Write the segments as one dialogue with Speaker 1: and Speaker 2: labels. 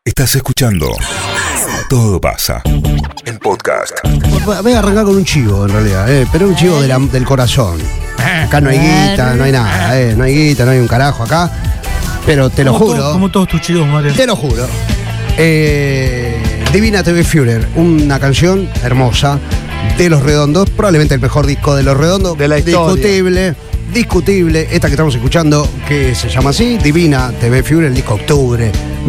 Speaker 1: Estás escuchando Todo Pasa, el podcast.
Speaker 2: Voy a arrancar con un chivo, en realidad, pero un chivo del corazón. Acá no hay guita, no hay nada, no hay guita, no hay un carajo acá. Pero te lo juro.
Speaker 3: Como todos tus chivos, Mario.
Speaker 2: Te lo juro. Divina TV Führer, una canción hermosa de Los Redondos, probablemente el mejor disco de Los Redondos.
Speaker 4: De la historia.
Speaker 2: Discutible, esta que estamos escuchando, que se llama así, Divina TV Führer, el disco Octubre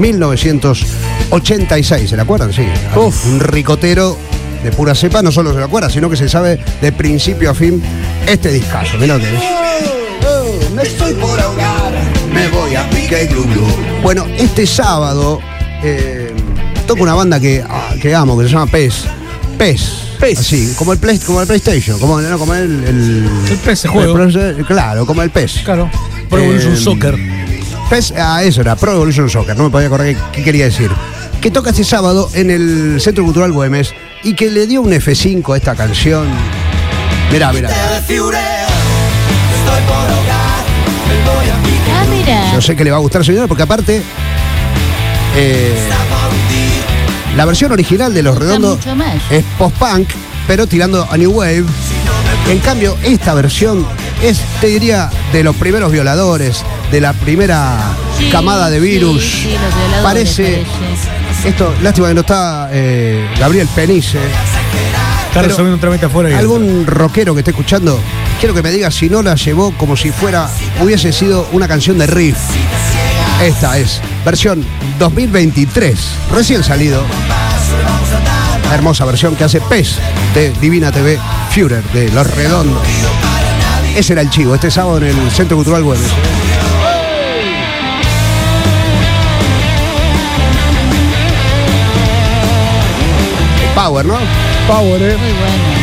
Speaker 2: 1986, ¿se la acuerdan? Sí.
Speaker 4: Uf.
Speaker 2: Un ricotero de pura cepa, no solo se lo acuerda, sino que se sabe de principio a fin este discazo. Mirá lo que es. Me estoy por ahogar, me voy a pique y glu glu. Bueno, este sábado toca una banda que amo, que se llama PES. Así, como el PlayStation, como el
Speaker 3: PES juego.
Speaker 2: Claro, como el PES.
Speaker 3: Claro. Pro Evolution Soccer.
Speaker 2: PES, eso era, Pro Evolution Soccer, no me podía acordar qué quería decir. Que toca este sábado en el Centro Cultural Güemes y que le dio un F5 a esta canción. Mirá.
Speaker 5: Mirá.
Speaker 2: Yo sé que le va a gustar, señora, porque aparte la versión original de Los Redondos es post-punk, pero tirando a New Wave. En cambio, esta versión es, te diría, de los primeros violadores, de la primera camada de Virus.
Speaker 5: Sí, los violadores,
Speaker 2: parece. Esto, lástima que no está Gabriel Penice.
Speaker 3: Está resolviendo un trámite afuera.
Speaker 2: Algún rockero que esté escuchando, quiero que me diga si no la llevó como si hubiese sido una canción de riff. Esta es versión 2023, recién salido. La hermosa versión que hace PES de Divina TV Führer, de Los Redondos. Ese era el chivo, este sábado en el Centro Cultural Güemes. Power, ¿no?
Speaker 4: Power,
Speaker 5: Muy bueno.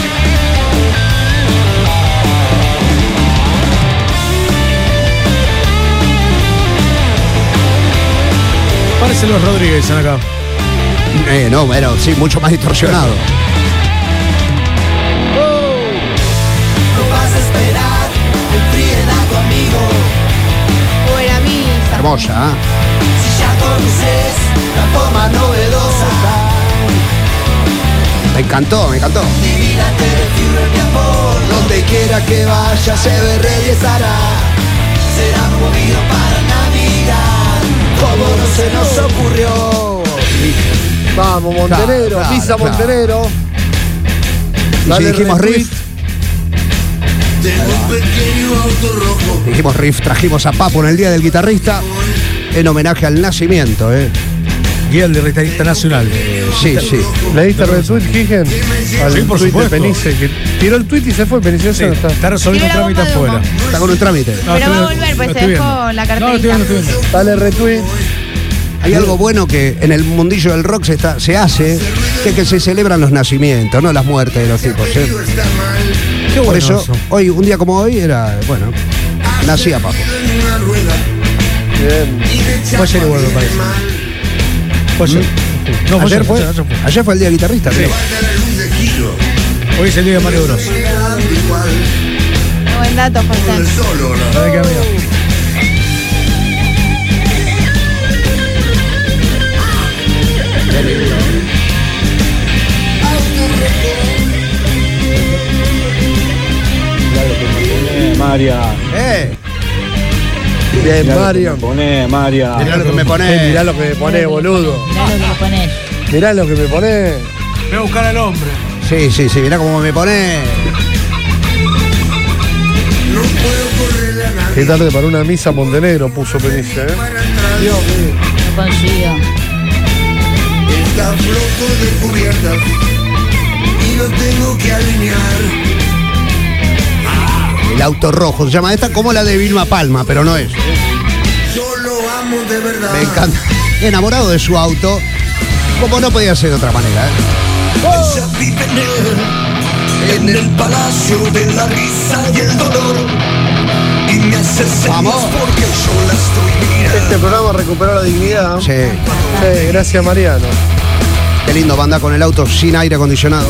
Speaker 3: Parece los Rodríguez acá.
Speaker 2: No, bueno, sí, mucho más distorsionado.
Speaker 5: No vas a esperar, enfríen a tu amigo. Buena misa.
Speaker 2: Hermosa,
Speaker 5: Si ya conoces la forma novedosa.
Speaker 2: Me encantó.
Speaker 5: Divina TV Führer, mi amor. Donde quiera que vaya se ve y estará. Será movido para Navidad. Como no se nos ocurrió.
Speaker 4: Vamos, Montenegro,
Speaker 2: Claro,
Speaker 4: pisa
Speaker 2: claro.
Speaker 4: Montenegro.
Speaker 2: Y si dijimos riff, trajimos a Papo en el Día del Guitarrista en homenaje al nacimiento,
Speaker 3: Guía del Guitarrista Nacional.
Speaker 2: Sí.
Speaker 4: ¿Le diste retweet, Gigen? Al
Speaker 3: Sí, por
Speaker 4: tweet de
Speaker 3: supuesto.
Speaker 4: Penice, que tiró el tweet y se fue. Penice
Speaker 3: Sí,
Speaker 4: no está.
Speaker 3: está resolviendo un
Speaker 6: Tiene la
Speaker 3: trámite
Speaker 6: bomba de
Speaker 3: afuera.
Speaker 6: humo.
Speaker 2: Está con un trámite.
Speaker 3: No,
Speaker 6: Pero
Speaker 3: estoy
Speaker 6: va a
Speaker 3: viendo,
Speaker 6: volver, pues
Speaker 3: lo
Speaker 6: se
Speaker 3: estoy
Speaker 6: dejó
Speaker 3: viendo.
Speaker 6: la
Speaker 3: No,
Speaker 6: carterita.
Speaker 3: estoy viendo.
Speaker 4: Dale retweet.
Speaker 2: Hay algo bueno que en el mundillo del rock se hace, que se celebran los nacimientos, no las muertes de los tipos.
Speaker 3: Qué
Speaker 2: Por
Speaker 3: bueno
Speaker 2: eso, hoy, un día como hoy, nacía Papo.
Speaker 4: Bien.
Speaker 3: Fue ayer igual, me parece. Fue ayer. No, fue
Speaker 2: Ayer fue
Speaker 3: ayer.
Speaker 2: Ayer fue el día guitarrista.
Speaker 3: Sí. Hoy es el día de Mario Bros.
Speaker 6: Buen dato, José.
Speaker 3: ¿Sabes qué, amigo?
Speaker 7: María.
Speaker 4: Bien, Mario.
Speaker 7: María.
Speaker 2: Mirá lo que me pone.
Speaker 4: Mirá lo que me pone, boludo.
Speaker 6: Mirá lo que le ponés.
Speaker 4: Mirá lo que me pone.
Speaker 3: Voy a buscar al hombre.
Speaker 2: Sí, mirá cómo me pone.
Speaker 4: Qué tarde para una misa Montenegro puso Penice,
Speaker 6: Dios mío. No consigo.
Speaker 5: Está flojo de cubiertas y lo tengo que alinear.
Speaker 2: El auto rojo se llama esta, como la de Vilma Palma, pero no es.
Speaker 5: Yo lo amo de verdad.
Speaker 2: Me encanta. Enamorado de su auto, como no podía ser de otra manera.
Speaker 5: Ella vive en el palacio de la risa y el dolor. Y me hace señas
Speaker 2: Vamos.
Speaker 5: porque yo la estoy mirando.
Speaker 4: Este programa recuperó la dignidad.
Speaker 2: Sí.
Speaker 4: Sí, gracias, Mariano.
Speaker 2: Qué lindo va a andar con el auto sin aire acondicionado.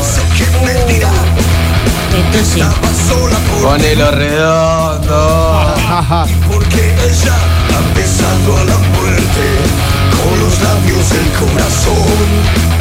Speaker 6: Esto sí.
Speaker 7: Ponelo redondo.
Speaker 2: Ajá.
Speaker 5: Porque ella ha besado a la muerte bajo los labios del corazón.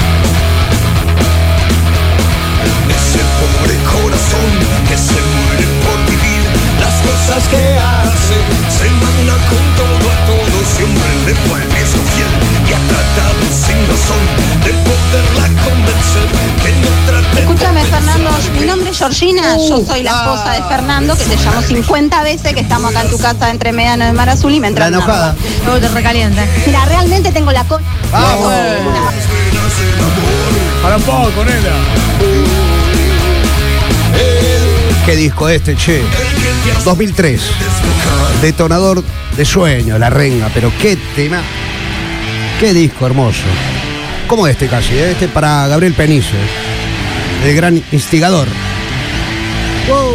Speaker 5: Ese pobre corazón que se muere por vivir las cosas que hace, se manda con todo a todo, siempre le fue eso fiel y ha tratado sin razón de poderla convencer que no trate.
Speaker 8: Escúchame, Fernando, mi nombre es Georgina, yo soy la esposa de Fernando, que te llamo 50 veces, que estamos acá en tu casa entre Mediano de Mar Azul y me entra
Speaker 2: La enojada.
Speaker 6: Luego te recalienta.
Speaker 8: Mira, realmente tengo la
Speaker 2: ¡Vamos!
Speaker 3: Para un poco, nena.
Speaker 2: ¿Qué disco este, che? 2003. Detonador de sueño, La Renga, pero qué tema. Qué disco hermoso. Como este casi, ¿eh? Este para Gabriel Penice, el gran instigador. ¡Wow!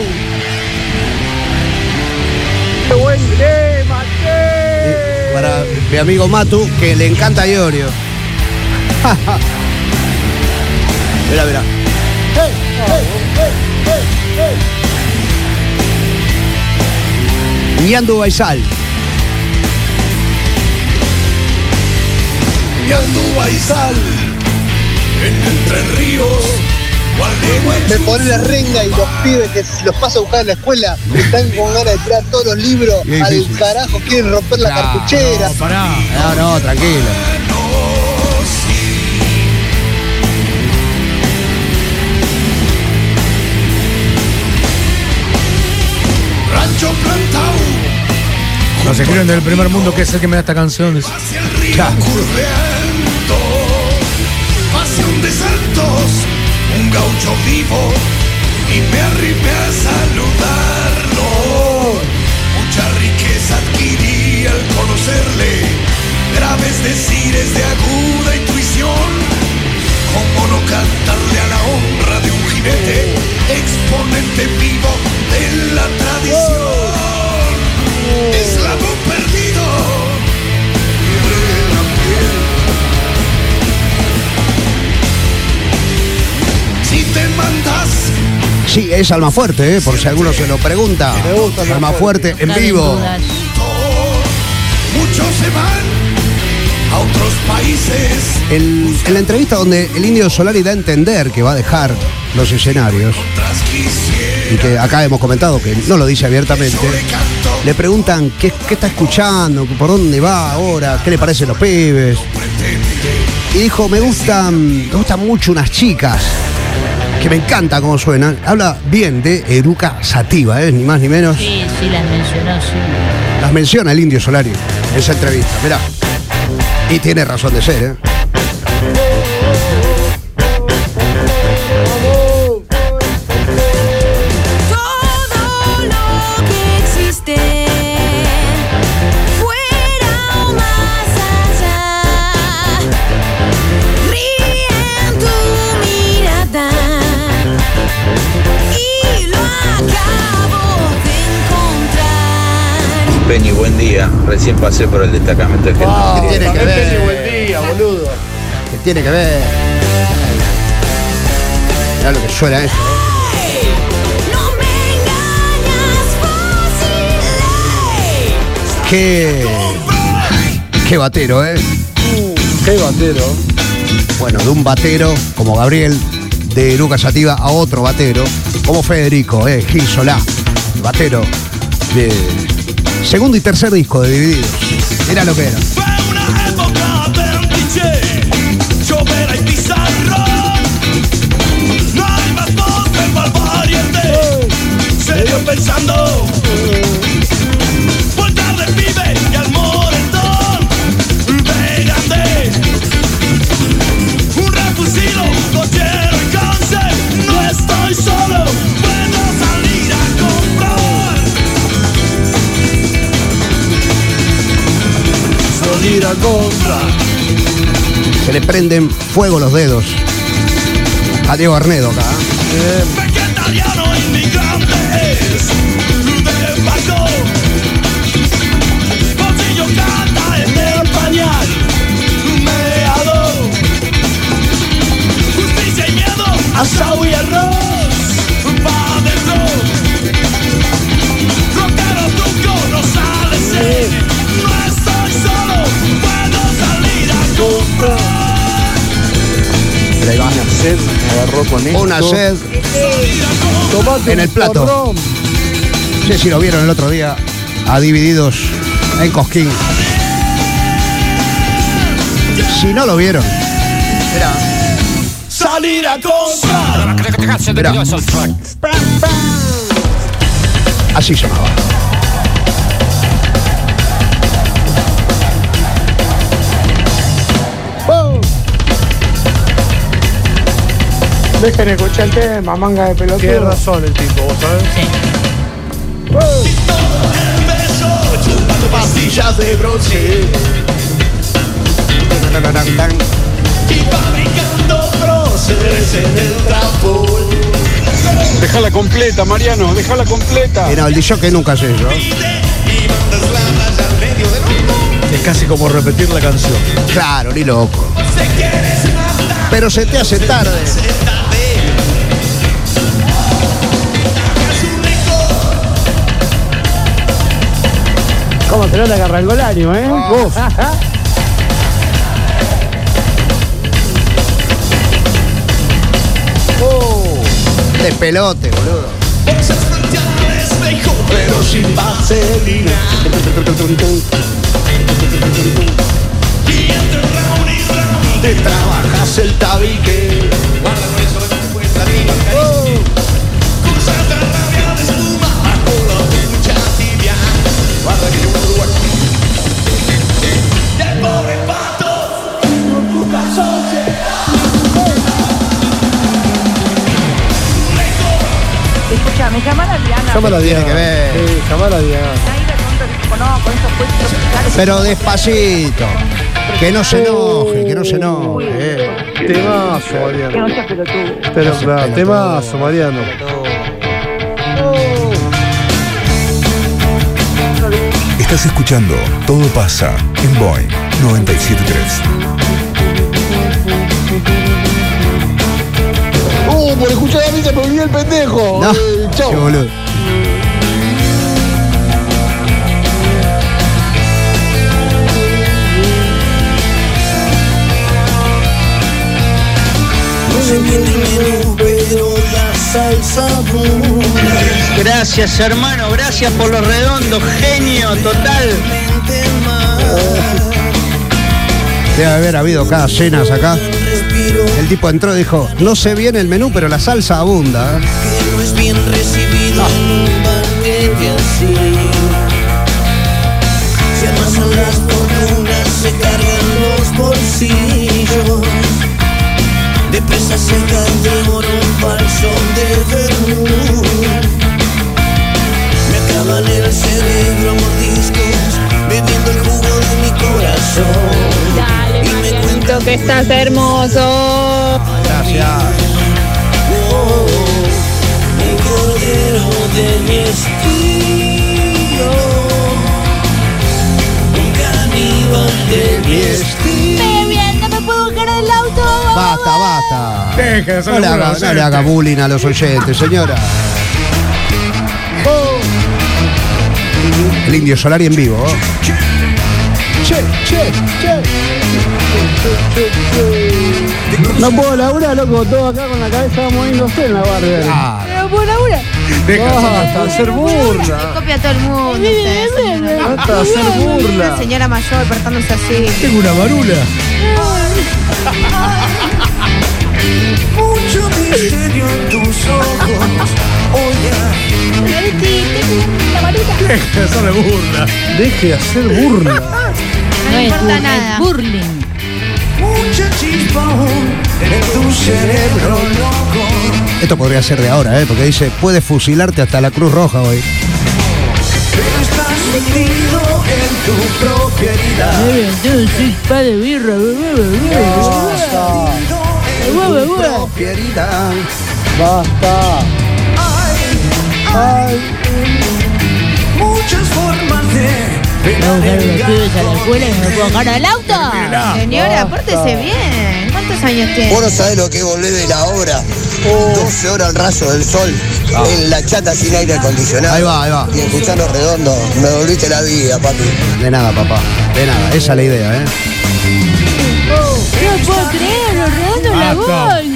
Speaker 4: ¡Qué buen tema, che!
Speaker 2: Para mi amigo Matu, que le encanta Iorio. Mira, mira. Ñandu Baisal.
Speaker 5: Ñandu Baisal, en Entre Ríos,
Speaker 9: Me pone La Renga y los pibes que los paso a buscar a la escuela están con ganas de tirar todos los libros al carajo, quieren romper la cartuchera.
Speaker 3: No, pará.
Speaker 2: No, tranquilo.
Speaker 5: Rancho plantado,
Speaker 3: Nos escriben del primer mundo que es el que me da esta canción.
Speaker 5: hacia el río curveando, pasión de santos, un gaucho vivo, y me arrimé a saludarlo. Mucha riqueza adquirí al conocerle, graves decires de aguda intuición. Cómo no cantarle a la honra de un jinete, exponente vivo de la tradición. Eslabón perdido de la piel. Si te mandas,
Speaker 2: Sí, es Almafuerte, por si alguno se lo pregunta.
Speaker 4: Me gusta
Speaker 2: Almafuerte en
Speaker 6: Dale,
Speaker 2: vivo.
Speaker 6: dudas.
Speaker 5: muchos se van a otros países.
Speaker 2: En la entrevista donde el Indio Solari da a entender que va a dejar los escenarios,
Speaker 5: Tras quisiera
Speaker 2: y que acá hemos comentado que no lo dice abiertamente,
Speaker 5: sobrecanto,
Speaker 2: le preguntan qué está escuchando, por dónde va ahora, qué le parecen los pibes. Y dijo, me gustan mucho unas chicas, que me encanta cómo suenan. Habla bien de Eruca Sativa, ni más ni menos.
Speaker 6: Sí, las mencionó, sí.
Speaker 2: Las menciona el Indio Solari en esa entrevista, mirá. Y tiene razón de ser, ¿eh?
Speaker 10: Todo lo que existe, fuera o más allá, ríe en tu mirada y lo acabo de encontrar.
Speaker 7: Penny, buen día. Recién pasé por el destacamento de
Speaker 4: Ah,
Speaker 2: ¿Qué tiene que
Speaker 4: también
Speaker 2: ver?
Speaker 4: Penny, buen día, boludo.
Speaker 2: ¿Qué tiene que ver? Mirá lo que suena eso.
Speaker 10: No me engañas fácil.
Speaker 2: Qué batero, ¿eh?
Speaker 4: Qué batero.
Speaker 2: Bueno, de un batero como Gabriel, de Eruca Sativa a otro batero, como Federico, Gil Solá, batero de segundo y tercer disco de Divididos. Era lo que era.
Speaker 5: fue una época de cliché, llovera y pizarrón. No hay más voz de malvariante, serio pensando. Vuelta del pibe y al moretón, pégate. Un refusido, cochero y cáncer, no estoy solo, puedo salir a comprar.
Speaker 4: Salir a contra.
Speaker 2: Se le prenden fuego los dedos a Diego Arnedo acá.
Speaker 5: Vegetariano inmigrantes de barco, bolsillo canta en el pañal, meado, justicia y miedo, asado y arroz, pa' dentro, rockero tuco no sale ser, no estoy solo, puedo salir a
Speaker 2: ahí va.
Speaker 4: Una sed me agarró con esto.
Speaker 2: Una sed
Speaker 4: Tomate
Speaker 2: en el
Speaker 4: un
Speaker 2: plato.
Speaker 4: porrón.
Speaker 2: No sé si lo vieron el otro día a Divididos en Cosquín. Si no lo vieron, mirá.
Speaker 5: Salir a comprar.
Speaker 2: Mirá. Así sonaba.
Speaker 9: Dejen escuchar el tema, manga de pelotudo.
Speaker 4: Tiene razón el tipo, ¿vos sabés?
Speaker 5: Chupando pastillas de bronce y fabricando próceres en el trampol.
Speaker 4: Dejala completa, Mariano, dejala completa.
Speaker 2: Y no, el DJ que nunca hace eso.
Speaker 3: Es casi como repetir la canción.
Speaker 2: Claro, ni loco. Pero se te hace tarde.
Speaker 9: ¿Cómo te nota que arrancó el año, eh? Uf.
Speaker 2: De pelote, boludo.
Speaker 5: Cosas frente al espejo, pero sin vaselina. Y entre round y round te trabajas el tabique. Guarda con eso que te cuesta arriba, con santa rabia de espuma, bajo la ducha tibia. Guarda que llegó Uruguay. Y el pobre pato, tu calzoncillo.
Speaker 11: Escúchame, llama a la Diana.
Speaker 4: Llama a la
Speaker 2: Tiene
Speaker 4: Diana.
Speaker 2: que ver.
Speaker 4: Sí, llama a la Diana.
Speaker 11: Ahí de pronto dijo, no, con esos puestos hospitales.
Speaker 2: Pero despacito. Que no se enoje, que no se enoje.
Speaker 4: Temazo,
Speaker 11: Que no
Speaker 4: Mariano.
Speaker 11: seas pelotudo.
Speaker 4: Pero
Speaker 2: Hace
Speaker 4: claro,
Speaker 2: pelotudo.
Speaker 4: temazo, Mariano.
Speaker 1: Estás escuchando Todo pasa en Boeing 97.3.
Speaker 4: Por escuchar a mí se me olvidó el pendejo.
Speaker 2: No,
Speaker 4: Chau.
Speaker 2: qué boludo.
Speaker 5: Se viene el menú, pero la salsa abunda.
Speaker 12: Gracias, hermano, gracias por los redondos, genio total.
Speaker 2: Debe haber habido cada cenas acá. El tipo entró y dijo, no sé bien el menú, pero la salsa abunda.
Speaker 5: Que no es bien recibido en un banquete así. Se amasan las fortunas, se cargan los bolsillos. De presas secas de oro, un falso de vermut. Me acaban el cerebro mordiscos, bebiendo el jugo de mi corazón.
Speaker 8: Dale,
Speaker 5: y me cuento
Speaker 8: que estás hermoso.
Speaker 2: Gracias.
Speaker 5: un cordero de mi estilo, un caníbal de mi estilo.
Speaker 10: Bien, no me puedo buscar el auto.
Speaker 2: Basta, basta.
Speaker 3: Deja de hacerle
Speaker 2: No le
Speaker 3: burla a
Speaker 2: haga,
Speaker 3: los
Speaker 2: no le haga
Speaker 3: oyentes.
Speaker 2: bullying a los oyentes, señora. El Indio Solari en vivo.
Speaker 9: No puedo laburar, loco, todo acá con la cabeza moviéndose en la barra.
Speaker 2: Ah,
Speaker 10: Pero por ahora.
Speaker 4: Basta de hacer burla.
Speaker 6: Copia a todo el mundo. usted, señora.
Speaker 4: Basta de hacer
Speaker 6: Una
Speaker 4: burla.
Speaker 6: señora mayor portándose así.
Speaker 3: Tengo una marula.
Speaker 5: Mucho misterio en tus ojos, oye.
Speaker 3: Deja de hacerle burla.
Speaker 4: Deje de hacer burla.
Speaker 6: No
Speaker 10: importa
Speaker 6: importa
Speaker 10: nada.
Speaker 6: nada. Burling.
Speaker 5: Mucha chispa en tu cerebro loco.
Speaker 2: esto podría ser de ahora, porque dice, puede fusilarte hasta la Cruz Roja hoy.
Speaker 5: Pero estás metido en tu propia herida.
Speaker 6: Un six-pack de birra.
Speaker 2: En tu propia herida.
Speaker 9: Basta.
Speaker 5: Hay muchas formas de
Speaker 6: No, los pibes a la escuela y no me puedo bajar al auto.
Speaker 11: Señora, pórtese bien. ¿Cuántos años tiene?
Speaker 13: Vos no sabés lo que volvé de la obra. 12 horas al rayo del sol. En la chata sin aire acondicionado.
Speaker 2: Ahí va, ahí va.
Speaker 13: Y escuchando redondo. Me volviste la vida, papi.
Speaker 2: De nada, papá. De nada. Esa es la idea,
Speaker 10: No puedo creer, los redondos la voz.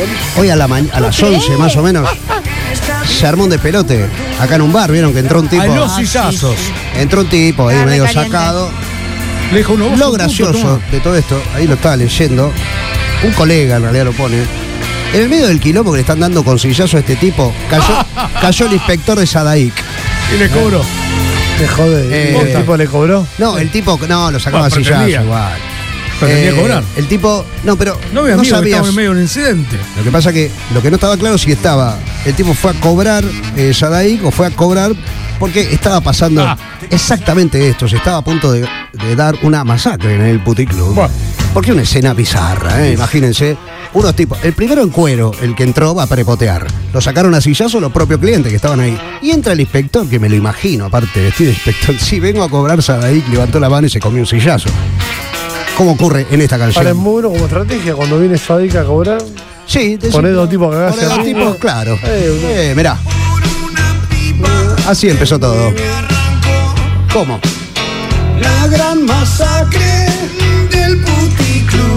Speaker 2: Hoy a las 11 más o menos se armó un despelote acá en un bar. Vieron que entró un tipo.
Speaker 3: A los sillazos.
Speaker 2: Entró un tipo ahí medio sacado.
Speaker 3: Le dijo uno,
Speaker 2: lo gracioso de todo esto, ahí lo estaba leyendo, un colega en realidad lo pone. En el medio del quilombo que le están dando con sillazo a este tipo, cayó el inspector de Sadaic.
Speaker 3: Y le cobró.
Speaker 4: Me jode. ¿El tipo le cobró?
Speaker 2: No, el tipo, no, lo sacaba a sillazo igual.
Speaker 3: Pretendía cobrar.
Speaker 2: El tipo, no, pero
Speaker 3: no sabía
Speaker 2: sabía.
Speaker 3: en medio de un incidente.
Speaker 2: Lo que pasa que lo que no estaba claro si estaba, el tipo fue a cobrar Sadaic o fue a cobrar porque estaba pasando exactamente esto. Se estaba a punto de dar una masacre en el puticlub. Bueno. Porque una escena bizarra, imagínense. Unos tipos, el primero en cuero, el que entró va a prepotear. Lo sacaron a sillazo los propios clientes que estaban ahí. Y entra el inspector, que me lo imagino, aparte vestido de inspector. Sí, vengo a cobrar Sadaic, levantó la mano y se comió un sillazo. ¿Cómo ocurre en esta canción?
Speaker 4: Para es muy bueno como estrategia cuando viene Sadaic a cobrar.
Speaker 2: Sí,
Speaker 4: poné dos tipos que
Speaker 2: poné dos tipos, claro. Mirá. Así empezó todo. ¿Cómo?
Speaker 5: La gran masacre del puticlub.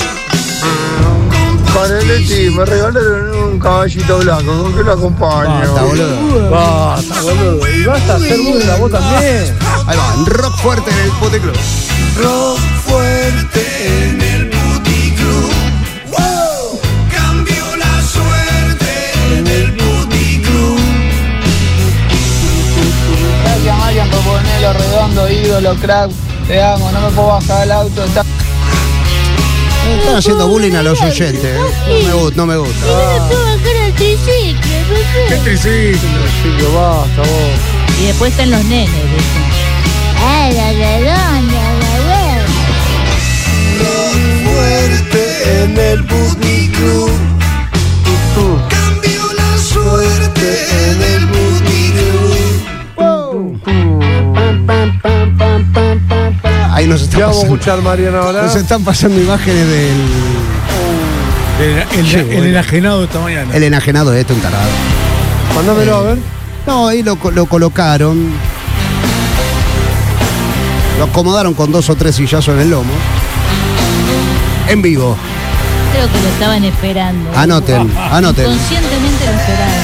Speaker 9: Paneletti, me regalaron un caballito blanco, ¿con qué lo acompaño?
Speaker 2: Basta, boludo.
Speaker 4: Basta, boludo. Y basta hacer burla, vos también.
Speaker 2: Ahí va, rock fuerte en el puticlub.
Speaker 5: Rock fuerte en el puticlub. Wow, cambió la suerte en el puticlub.
Speaker 12: Gracias, Marian, por ponerlo redondo, ídolo, crack. Te amo, no me puedo bajar del auto.
Speaker 2: Están haciendo bullying a los oyentes. No me gusta.
Speaker 3: ¿Qué triciclo?
Speaker 4: Basta, vos.
Speaker 6: Y después están los nenes, ¿viste?
Speaker 10: La redonda, la
Speaker 5: Rock fuerte en el puticlub. Cambió la suerte en el puticlub.
Speaker 2: Ahí nos están
Speaker 4: vamos a
Speaker 2: pasando.
Speaker 4: escuchar, Mariana, ahora.
Speaker 2: Nos están pasando imágenes del.
Speaker 3: El enajenado de esta mañana.
Speaker 2: El enajenado de un tarado.
Speaker 4: Mándamelo a ver.
Speaker 2: No, ahí lo colocaron. Lo acomodaron con 2 o 3 sillazos en el lomo. En vivo.
Speaker 6: Creo que lo estaban esperando.
Speaker 2: Anoten.
Speaker 6: Conscientemente lo esperaban.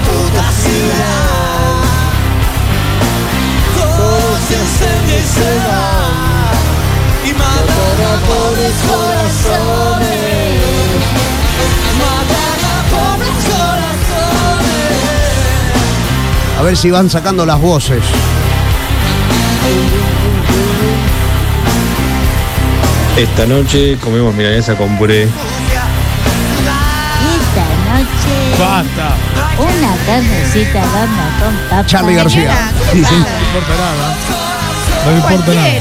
Speaker 5: Todo se enciende y se va. Y matan a pobres corazones. Matan a pobres corazones.
Speaker 2: A ver si van sacando las voces.
Speaker 14: Esta noche comemos milanesa con puré.
Speaker 6: Esta noche.
Speaker 3: Basta.
Speaker 6: Una carnecita al horno con papa.
Speaker 2: Charly García.
Speaker 3: Sí, no importa nada. No le importa nada.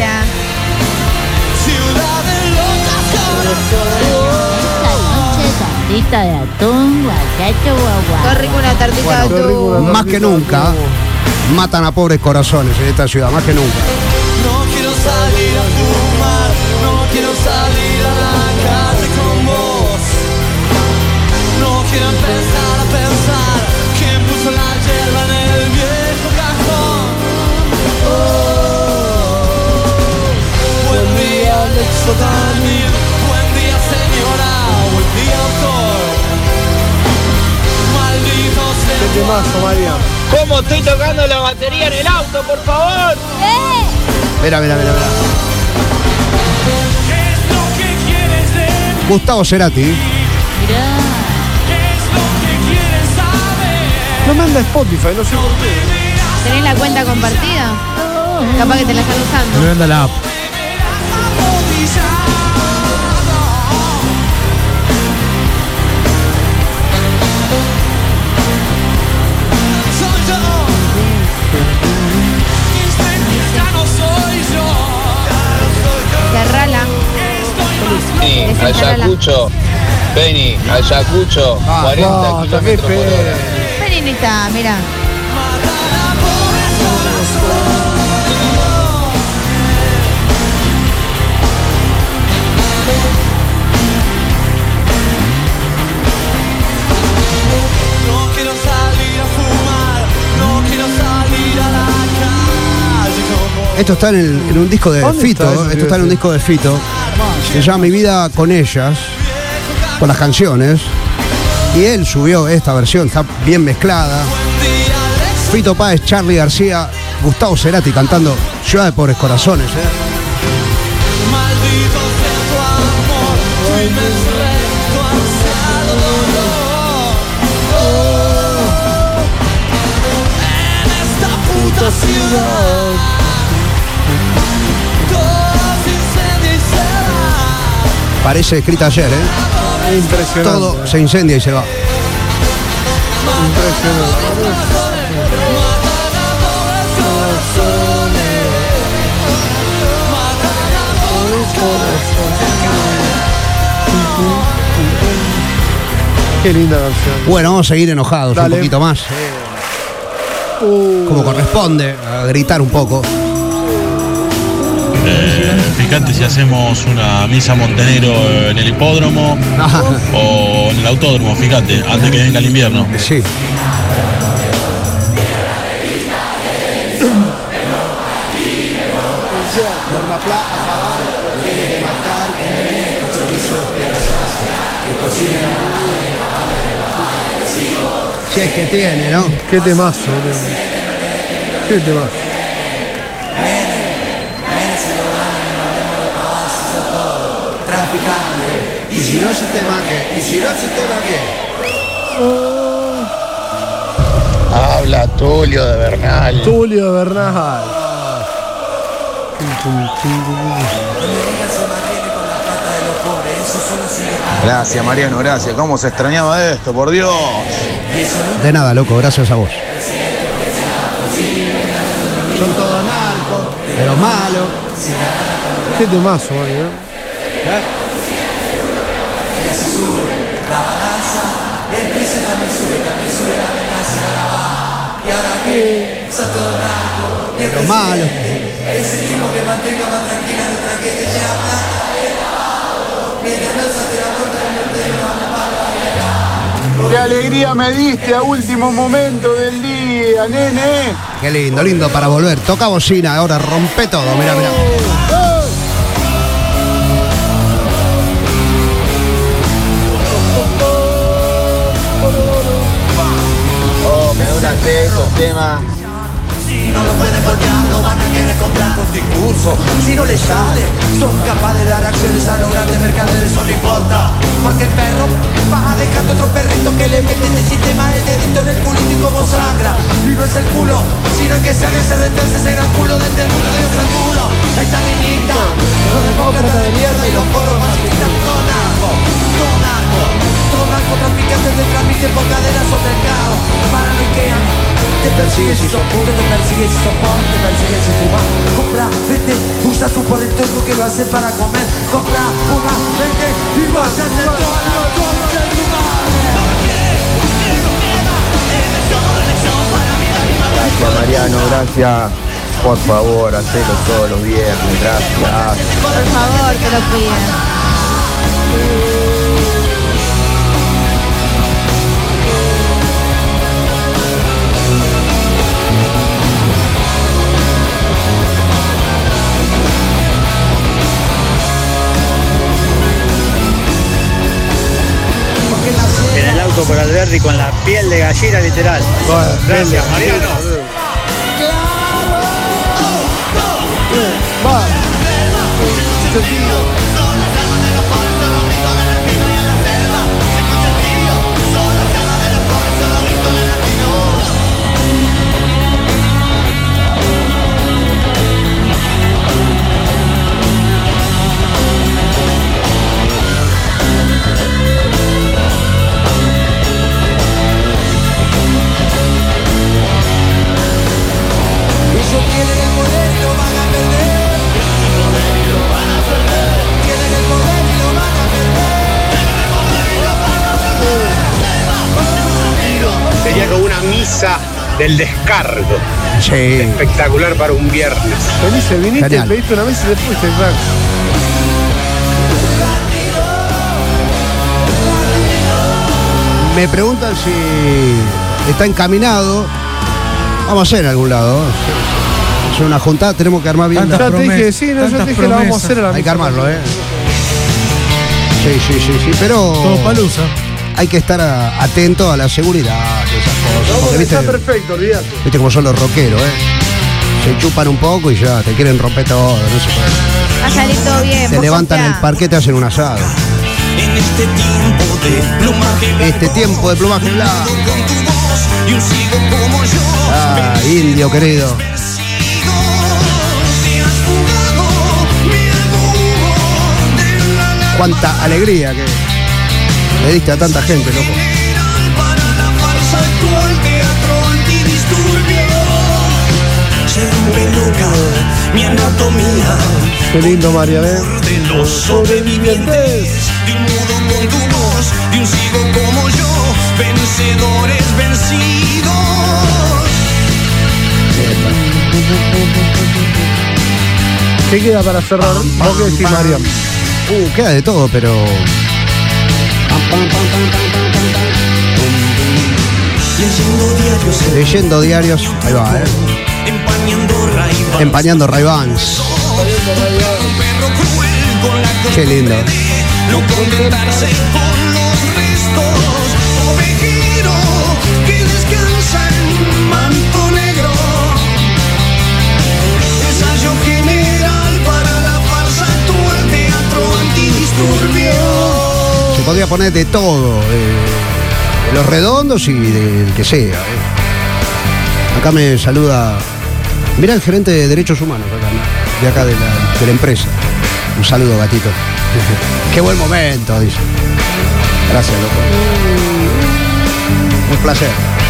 Speaker 6: Esta noche tartita de atún, guachacho, guagua.
Speaker 11: Qué rico una tartita de atún.
Speaker 2: Más que nunca matan a pobres corazones en esta ciudad, más que nunca.
Speaker 5: No quiero salir a fumar, no quiero salir a la calle con vos. No quiero empezar a pensar quién puso la hierba en el viejo cajón. Buen día, Alexo Daniel. Buen día, señora. Buen día, autor. Maldito sea.
Speaker 4: Qué temazo, María.
Speaker 12: ¿Cómo estoy tocando la batería en el auto, por favor?
Speaker 2: Mira. Gustavo Cerati.
Speaker 6: Mirá.
Speaker 4: No manda Spotify, no sé por qué.
Speaker 11: ¿Tenés la cuenta compartida? Capaz que te la están usando.
Speaker 3: Me manda la app.
Speaker 11: Cerrala.
Speaker 7: Ayacucho, Penny, Ayacucho, 40 kilómetros por hora.
Speaker 11: Peninita, mira.
Speaker 5: No quiero salir a fumar, no quiero salir a la calle como.
Speaker 2: Esto está en un disco de Fito. Esto está en un disco de Fito. Se llama Mi vida con ellas. Con las canciones. Y él subió esta versión, está bien mezclada. Fito Páez, Charly García, Gustavo Cerati cantando Ciudad de Pobres Corazones. Parece escrita ayer,
Speaker 4: Impresionante.
Speaker 2: Todo se incendia y se va.
Speaker 4: Qué linda canción.
Speaker 2: Bueno, vamos a seguir enojados.
Speaker 4: Dale.
Speaker 2: Un poquito más. Como corresponde, a gritar un poco.
Speaker 15: Fíjate si hacemos una misa Montenegro en el hipódromo o en el autódromo, fíjate, antes que venga el invierno.
Speaker 2: Sí. Si es que tiene, ¿no?
Speaker 4: Qué temazo, boludo. Qué temazo.
Speaker 2: Y si no se te maque, y si no se te maque.
Speaker 7: Habla Tulio de Bernal.
Speaker 4: Tulio de Bernal.
Speaker 16: Gracias, Mariano, gracias. ¿Cómo se extrañaba esto, por Dios?
Speaker 2: De nada, loco, gracias a vos. Son todos narcos, pero malos.
Speaker 4: Qué temazo, Mario.
Speaker 2: Pero malos.
Speaker 16: Qué alegría me diste a último momento del día, nene.
Speaker 2: Qué lindo, lindo para volver. Toca bocina, ahora rompe todo, mirá, mirá.
Speaker 16: Oh, me duraste esos temas.
Speaker 5: Si no lo pueden voltear, no van a querer comprar con discurso. Si no les sale, son capaces de dar acciones a los grandes mercaderes, eso no importa. Porque el perro va dejando otro perrito que le mete en el sistema el dedito en el culito y como sangra. Y no es el culo, sino que se haga ese retorce ese gran culo desde el culo de otro culo. Esta niñita, los demócratas de mierda y los foros más gritan con narco, con narco. Todos narcotraficantes de trámite por cadenas o mercados. Paranoiquean. Te persigue si sos puro, te persigue si sos pobre, te persigue si fumas. Compra, vete, usa tu político que lo hace para comer. Compra, fuma, vete y vas a hacer toda la cosa del lugar.
Speaker 16: Gracias, Mariano, gracias. Por favor, hacelo todos los viernes, gracias.
Speaker 11: Por favor, que lo pidan.
Speaker 17: En el auto por Alberdi con la piel de gallina literal. Gracias, Mariano.
Speaker 5: Ellos tienen el poder y lo van a perder. Tienen el poder y lo van a perder.
Speaker 18: Sería como una misa del descargo.
Speaker 2: Sí.
Speaker 18: Espectacular para un viernes.
Speaker 4: Felice, viniste,
Speaker 2: Genial.
Speaker 4: pediste una vez y después te crack.
Speaker 2: Me preguntan si está encaminado. Vamos a hacer en algún lado. Es una juntada, tenemos que armar bien.
Speaker 4: Ya te dije, sí, no, yo te dije, lo vamos a hacer a la
Speaker 2: Hay que
Speaker 4: misma.
Speaker 2: armarlo, Sí, pero.
Speaker 3: Todo palusa.
Speaker 2: hay que estar atento a la seguridad de esas cosas.
Speaker 4: No,
Speaker 2: Porque,
Speaker 4: está
Speaker 2: ¿viste?
Speaker 4: perfecto, olvídate.
Speaker 2: Viste cómo son los rockeros, se chupan un poco y ya te quieren romper todo, no se puede.
Speaker 11: Va a salir todo bien.
Speaker 2: Se
Speaker 11: vos
Speaker 2: levantan
Speaker 11: confiá.
Speaker 2: el parque, te hacen un asado.
Speaker 5: En este tiempo de plumaje blanco,
Speaker 2: Este tiempo de plumaje blanco.
Speaker 5: con tu voz y un ciego como yo.
Speaker 2: Ah, indio querido. Cuánta alegría que le diste a tanta gente, loco.
Speaker 5: Para la farsa actual, teatro antidisturbio. Se rompe loca mi anatomía.
Speaker 4: Qué lindo, María, ¿eh?
Speaker 5: De los sobrevivientes, de un mudo con tu voz, de un ciego como yo, vencedores vencidos.
Speaker 4: ¿Qué queda para cerrar? ¿Vos qué decís, María?
Speaker 2: Queda de todo, pero... Leyendo diarios, ahí va, Empañando Ray-Bans. Qué lindo.
Speaker 5: No contentarse con los restos. Ovejero que descansa en manto negro. Ensayo general para la farsa actual, teatro antidisturbio.
Speaker 2: Se podría poner de todo, de los redondos y del que sea. Acá me saluda, mirá el gerente de Derechos Humanos acá, ¿no? De acá de la empresa. Un saludo, gatito. Qué buen momento, dice. Gracias, loco. Un placer.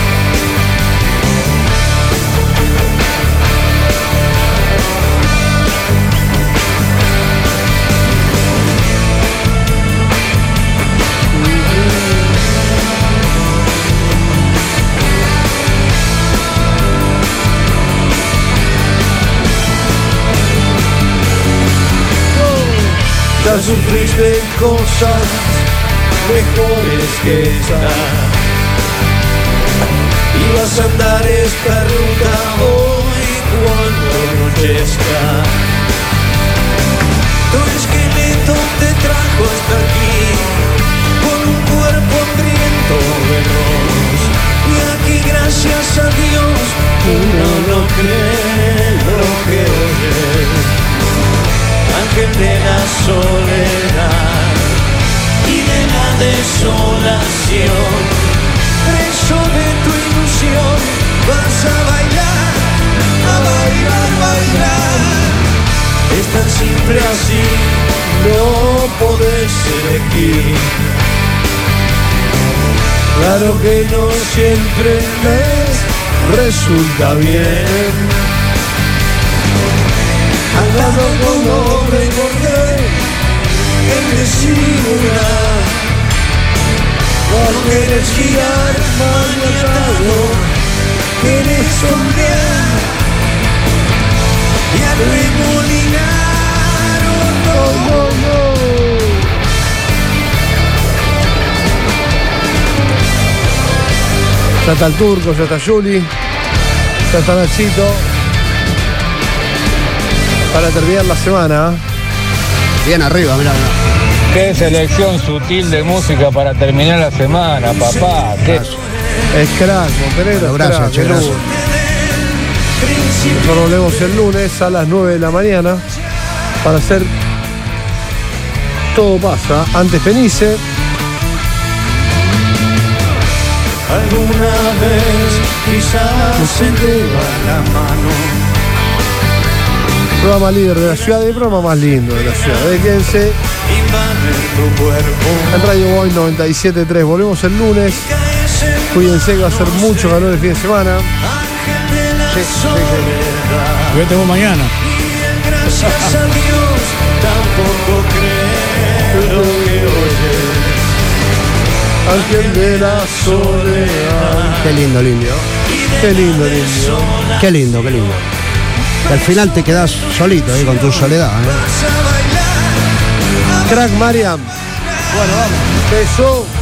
Speaker 4: Ya sufriste cosas mejores que esta. Y vas a andar esta ruta hoy cuando anochezca.
Speaker 5: Tu esqueleto te trajo hasta aquí, con un cuerpo hambriento veloz. Y aquí, gracias a Dios, uno no cree lo que oye. Ángel de la soledad y de la desolación, preso de tu ilusión, vas a bailar, bailar. Es tan simple así, no podés elegir.
Speaker 4: Claro que no siempre les resulta bien.
Speaker 5: Andando con doble borde, en decir una. No quieres girar maniatado, quieres sombrear y arremolinar.
Speaker 4: Ya está el Turco, ya está Juli, ya está Nachito. Para terminar la semana.
Speaker 2: Bien arriba, mirá.
Speaker 7: Qué selección sutil de música para terminar la semana, papá. Qué...
Speaker 4: Es crack, Montenegro.
Speaker 2: Bueno, gracias, che, gracias.
Speaker 4: Nosotros volvemos el lunes a las 9 de la mañana para hacer Todo Pasa. Antes Fenice.
Speaker 5: Alguna vez quizás se te va la mano.
Speaker 4: Programa líder de la ciudad y el programa más lindo de la ciudad. Quédense en Radio Boy 97.3. Volvemos el lunes. Cuídense que va a ser mucho calor el fin de semana.
Speaker 3: Nos vemos mañana.
Speaker 5: Gracias a Dios, tampoco creo lo que oye.
Speaker 4: Ángel de la soledad.
Speaker 2: Qué lindo, lindo.
Speaker 4: Qué lindo, lindo.
Speaker 2: Qué lindo, qué lindo. Que al final te quedás solito con tu soledad.
Speaker 4: Crack Mariam. Bueno, vamos. Beso.